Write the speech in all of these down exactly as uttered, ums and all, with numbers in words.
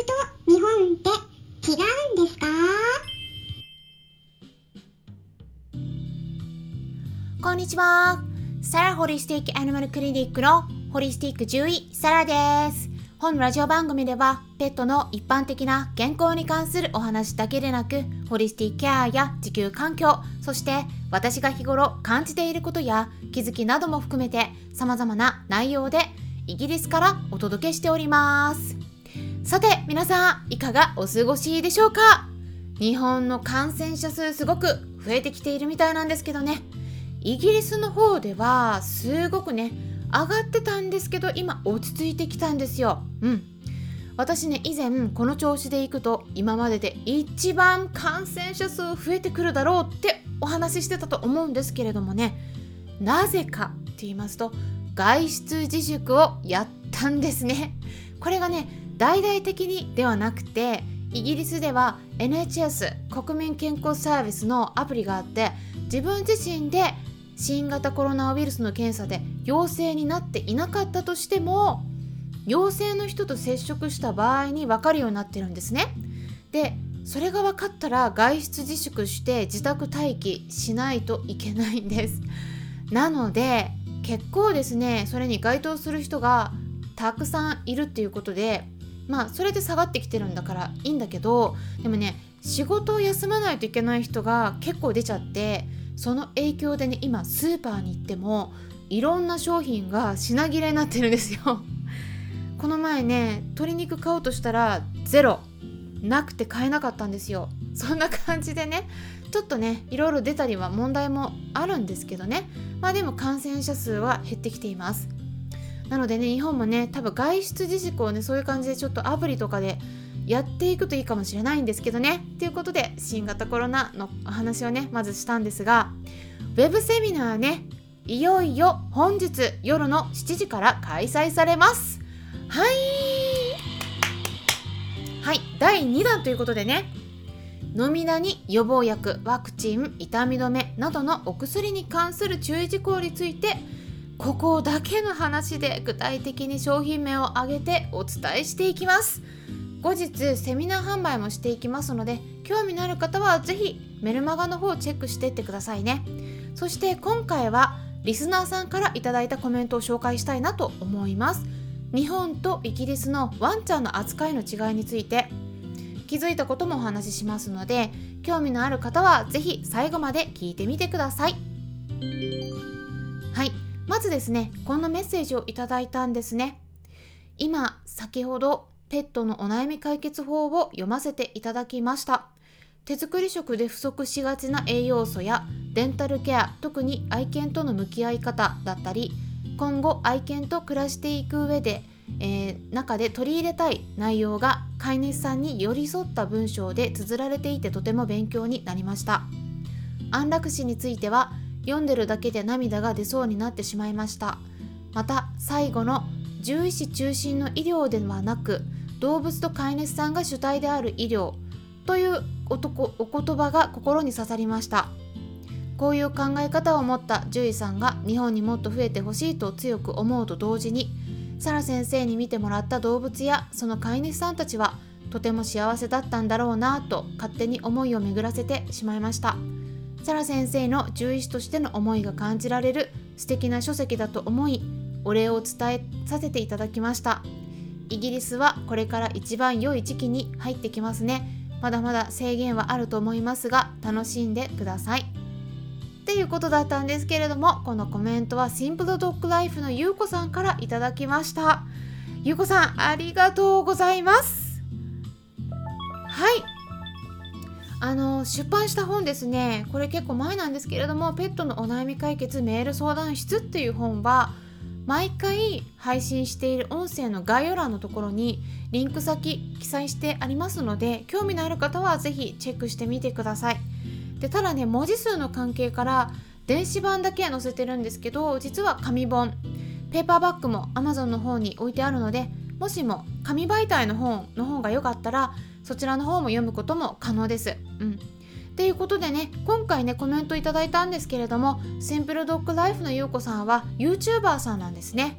と日本って違うんですか？ こんにちは。サラホリスティックアニマルクリニックのホリスティック獣医サラです。本ラジオ番組ではペットの一般的な健康に関するお話だけでなく、ホリスティックケアや地球環境、そして私が日頃感じていることや気づきなども含めて様々な内容でイギリスからお届けしております。さて皆さん、いかがお過ごしでしょうか？日本の感染者数すごく増えてきているみたいなんですけどね、イギリスの方ではすごくね上がってたんですけど、今落ち着いてきたんですよ。うん私ね、以前この調子でいくと今までで一番感染者数増えてくるだろうってお話ししてたと思うんですけれどもね、なぜかって言いますと、外出自粛をやったんですね。これがね、大々的にではなくて、イギリスでは エヌエイチエス 国民健康サービスのアプリがあって、自分自身で新型コロナウイルスの検査で陽性になっていなかったとしても、陽性の人と接触した場合に分かるようになってるんですね。で、それが分かったら外出自粛して自宅待機しないといけないんです。なので結構ですね、それに該当する人がたくさんいるっていうことで、まあそれで下がってきてるんだからいいんだけど、でもね、仕事を休まないといけない人が結構出ちゃって、その影響でね、今スーパーに行ってもいろんな商品が品切れになってるんですよ。この前ね、鶏肉買おうとしたらゼロなくて買えなかったんですよ。そんな感じでね、ちょっとねいろいろ出たりは問題もあるんですけどね、まあでも感染者数は減ってきています。なのでね、日本もね、多分外出自粛をね、そういう感じでちょっとアプリとかでやっていくといいかもしれないんですけどね。ということで、新型コロナのお話をねまずしたんですが、ウェブセミナーね、いよいよ本日夜のしちじから開催されます。はいはい、だいにだんということでね、飲みダニ予防薬、ワクチン、痛み止めなどのお薬に関する注意事項について、ここだけの話で具体的に商品名を挙げてお伝えしていきます。後日セミナー販売もしていきますので、興味のある方はぜひメルマガの方をチェックしていってくださいね。そして今回はリスナーさんからいただいたコメントを紹介したいなと思います。日本とイギリスのワンちゃんの扱いの違いについて気づいたこともお話ししますので、興味のある方はぜひ最後まで聞いてみてください。はい、まずですね、こんなメッセージをいただいたんですね。今先ほどペットのお悩み解決法を読ませていただきました。手作り食で不足しがちな栄養素やデンタルケア、特に愛犬との向き合い方だったり、今後愛犬と暮らしていく上で、えー、中で取り入れたい内容が飼い主さんに寄り添った文章で綴られていて、とても勉強になりました。安楽死については読んでるだけで涙が出そうになってしまいました。また最後の獣医師中心の医療ではなく、動物と飼い主さんが主体である医療というおとこお言葉が心に刺さりました。こういう考え方を持った獣医さんが日本にもっと増えてほしいと強く思うと同時に、サラ先生に見てもらった動物やその飼い主さんたちはとても幸せだったんだろうなと勝手に思いを巡らせてしまいました。サラ先生の獣医師としての思いが感じられる素敵な書籍だと思い、お礼を伝えさせていただきました。イギリスはこれから一番良い時期に入ってきますね。まだまだ制限はあると思いますが楽しんでくださいっていうことだったんですけれども、このコメントはシンプルドッグライフのゆうこさんからいただきました。ゆうこさん、ありがとうございます。はい、あの出版した本ですね、これ結構前なんですけれども、ペットのお悩み解決メール相談室っていう本は毎回配信している音声の概要欄のところにリンク先記載してありますので、興味のある方はぜひチェックしてみてください。で、ただね、文字数の関係から電子版だけ載せてるんですけど、実は紙本、ペーパーバッグも Amazon の方に置いてあるので、もしも紙媒体の本の方が良かったらそちらの方も読むことも可能です。うん。っていうことでね、今回ねコメントいただいたんですけれども、シンプルドッグライフのゆうこさんは YouTuber さんなんですね。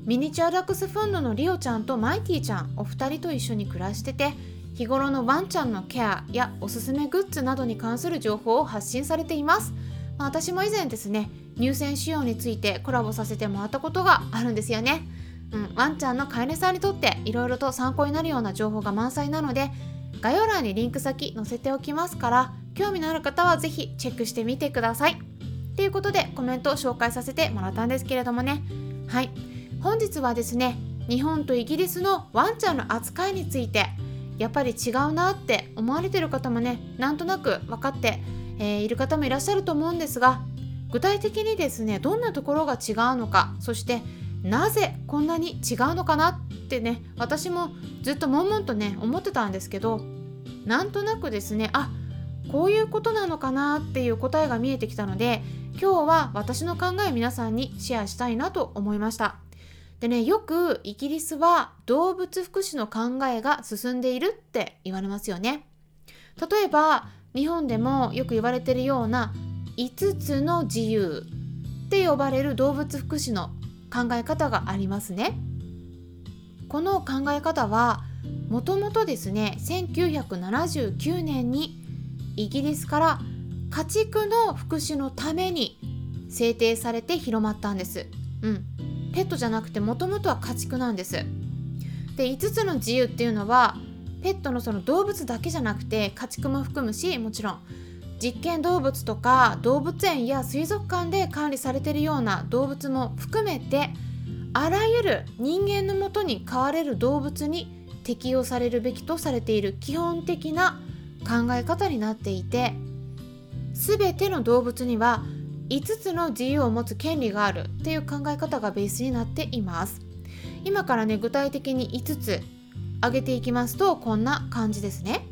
ミニチュアダックスフンドのリオちゃんとマイティちゃんお二人と一緒に暮らしてて、日頃のワンちゃんのケアやおすすめグッズなどに関する情報を発信されています。まあ、私も以前ですね、乳腺腫瘍についてコラボさせてもらったことがあるんですよね。うん、ワンちゃんの飼い主さんにとっていろいろと参考になるような情報が満載なので、概要欄にリンク先載せておきますから、興味のある方はぜひチェックしてみてください。ということでコメントを紹介させてもらったんですけれどもね、はい、本日はですね、日本とイギリスのワンちゃんの扱いについて、やっぱり違うなって思われている方もね、なんとなく分かって、えー、いる方もいらっしゃると思うんですが、具体的にですね、どんなところが違うのか、そしてなぜこんなに違うのかなってね、私もずっと悶々とね思ってたんですけど、なんとなくですね、あ、こういうことなのかなっていう答えが見えてきたので、今日は私の考えを皆さんにシェアしたいなと思いました。でね、よくイギリスは動物福祉の考えが進んでいるって言われますよね。例えば日本でもよく言われているようないつつの自由って呼ばれる動物福祉の考え方がありますね。この考え方はもともとですね、せんきゅうひゃくななじゅうきゅうねんにイギリスから家畜の福祉のために制定されて広まったんです。うん、ペットじゃなくてもともとは家畜なんです。で、いつつの自由っていうのはペットのその動物だけじゃなくて家畜も含むし、もちろん実験動物とか動物園や水族館で管理されているような動物も含めて、あらゆる人間のもとに飼われる動物に適用されるべきとされている基本的な考え方になっていて、すべての動物にはいつつの自由を持つ権利があるっていう考え方がベースになっています。今からね、具体的にいつつ挙げていきますと、こんな感じですね。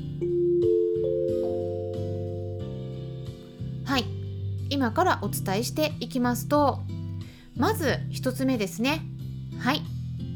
はい、今からお伝えしていきますと、まずひとつめですね。はい、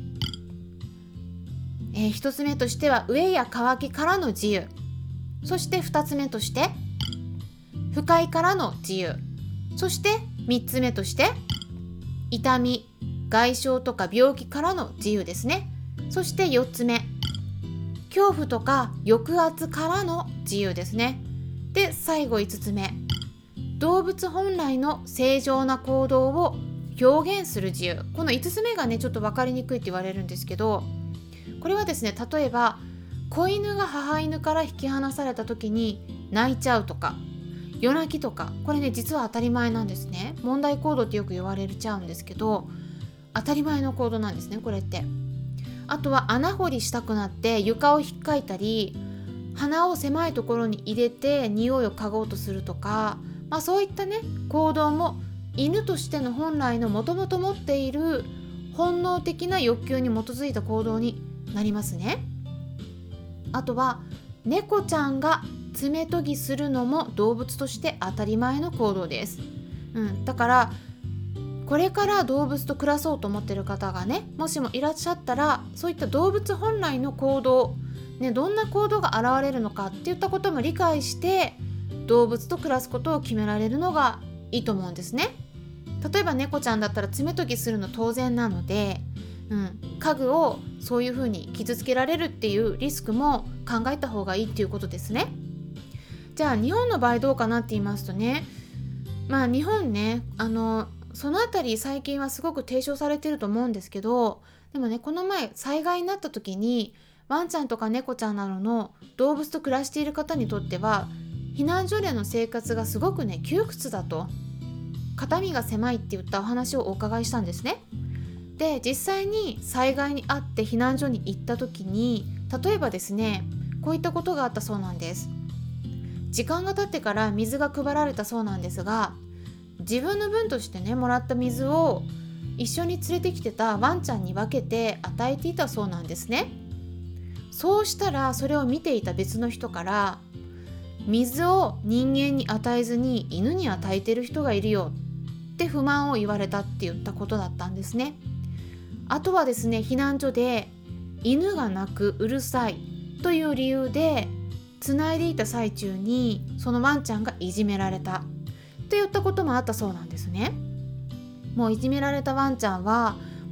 えー、ひとつめとしては飢えや渇きからの自由、そしてふたつめとして不快からの自由、そしてみっつめとして痛み、外傷とか病気からの自由ですね。そしてよっつめ、恐怖とか抑圧からの自由ですね。で、最後いつつめ、動物本来の正常な行動を表現する自由。このいつつめがね、ちょっと分かりにくいって言われるんですけど、これはですね、例えば子犬が母犬から引き離された時に泣いちゃうとか夜泣きとか、これね実は当たり前なんですね。問題行動ってよく言われちゃうんですけど、当たり前の行動なんですね、これって。あとは穴掘りしたくなって床をひっかいたり、鼻を狭いところに入れて匂いを嗅ごうとするとか、まあ、そういったね行動も犬としての本来のもともと持っている本能的な欲求に基づいた行動になりますね。あとは猫ちゃんが爪研ぎするのも動物として当たり前の行動です。うん、だからこれから動物と暮らそうと思っている方がね、もしもいらっしゃったら、そういった動物本来の行動、ね、どんな行動が現れるのかっていったことも理解して動物と暮らすことを決められるのがいいと思うんですね。例えば猫ちゃんだったら爪研ぎするの当然なので、うん、家具をそういうふうに傷つけられるっていうリスクも考えた方がいいっていうことですね。じゃあ日本の場合どうかなって言いますとね、まあ日本ね、あのそのあたり最近はすごく提唱されてると思うんですけど、でもね、この前災害になった時にワンちゃんとか猫ちゃんなどの動物と暮らしている方にとっては避難所での生活がすごくね窮屈だと、肩身が狭いって言ったお話をお伺いしたんですね。で、実際に災害に遭って避難所に行った時に、例えばですね、こういったことがあったそうなんです。時間が経ってから水が配られたそうなんですが、自分の分としてねもらった水を一緒に連れてきてたワンちゃんに分けて与えていたそうなんですね。そうしたらそれを見ていた別の人から、水を人間に与えずに犬に与えてる人がいるよって不満を言われたって言ったことだったんですね。あとはですね、避難所で犬が鳴く、うるさいという理由でつないでいた最中にそのワンちゃんがいじめられたといったこともあったそうなんですね。もういじめられたワンちゃんは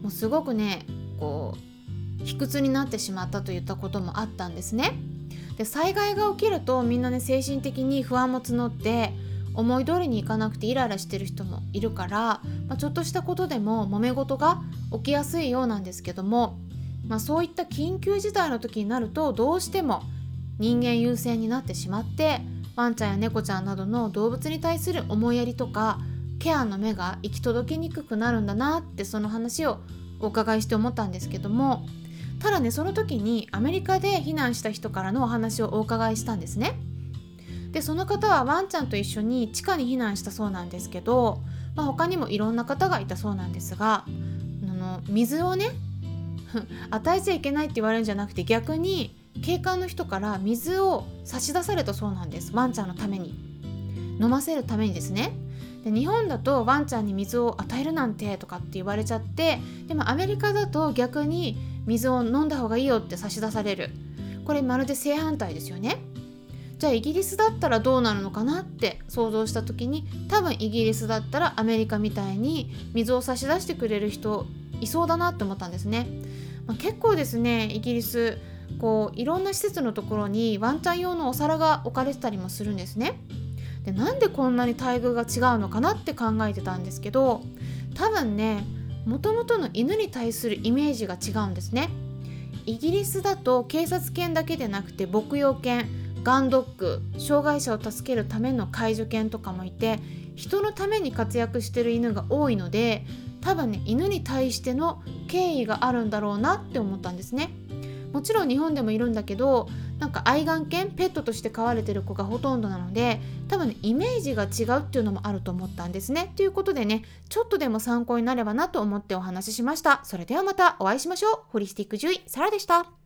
もうすごくねこう卑屈になってしまったといったこともあったんですね。で災害が起きるとみんなね精神的に不安も募って思い通りにいかなくてイライラしてる人もいるから、まあ、ちょっとしたことでも揉め事が起きやすいようなんですけども、まあ、そういった緊急事態の時になるとどうしても人間優先になってしまってワンちゃんや猫ちゃんなどの動物に対する思いやりとかケアの目が行き届きにくくなるんだなってその話をお伺いして思ったんですけども、ただねその時にアメリカで避難した人からのお話をお伺いしたんですね。でその方はワンちゃんと一緒に地下に避難したそうなんですけど、まあ、他にもいろんな方がいたそうなんですが、あの水をね与えちゃいけないって言われるんじゃなくて逆に警官の人から水を差し出されたそうなんです。ワンちゃんのために飲ませるためにですね。で日本だとワンちゃんに水を与えるなんてとかって言われちゃって、でもアメリカだと逆に水を飲んだ方がいいよって差し出される。これまるで正反対ですよね。じゃあイギリスだったらどうなるのかなって想像した時に、多分イギリスだったらアメリカみたいに水を差し出してくれる人いそうだなって思ったんですね。まあ、結構ですねイギリスこういろんな施設のところにワンちゃん用のお皿が置かれてたりもするんですね。でなんでこんなに待遇が違うのかなって考えてたんですけど、多分ねもともとの犬に対するイメージが違うんですね。イギリスだと警察犬だけでなくて牧羊犬、ガンドッグ、障害者を助けるための介助犬とかもいて、人のために活躍してる犬が多いので、多分ね犬に対しての敬意があるんだろうなって思ったんですね。もちろん日本でもいるんだけど、なんか愛玩犬ペットとして飼われてる子がほとんどなので、多分ねイメージが違うっていうのもあると思ったんですね。ということでねちょっとでも参考になればなと思ってお話ししました。それではまたお会いしましょう。ホリスティック獣医サラでした。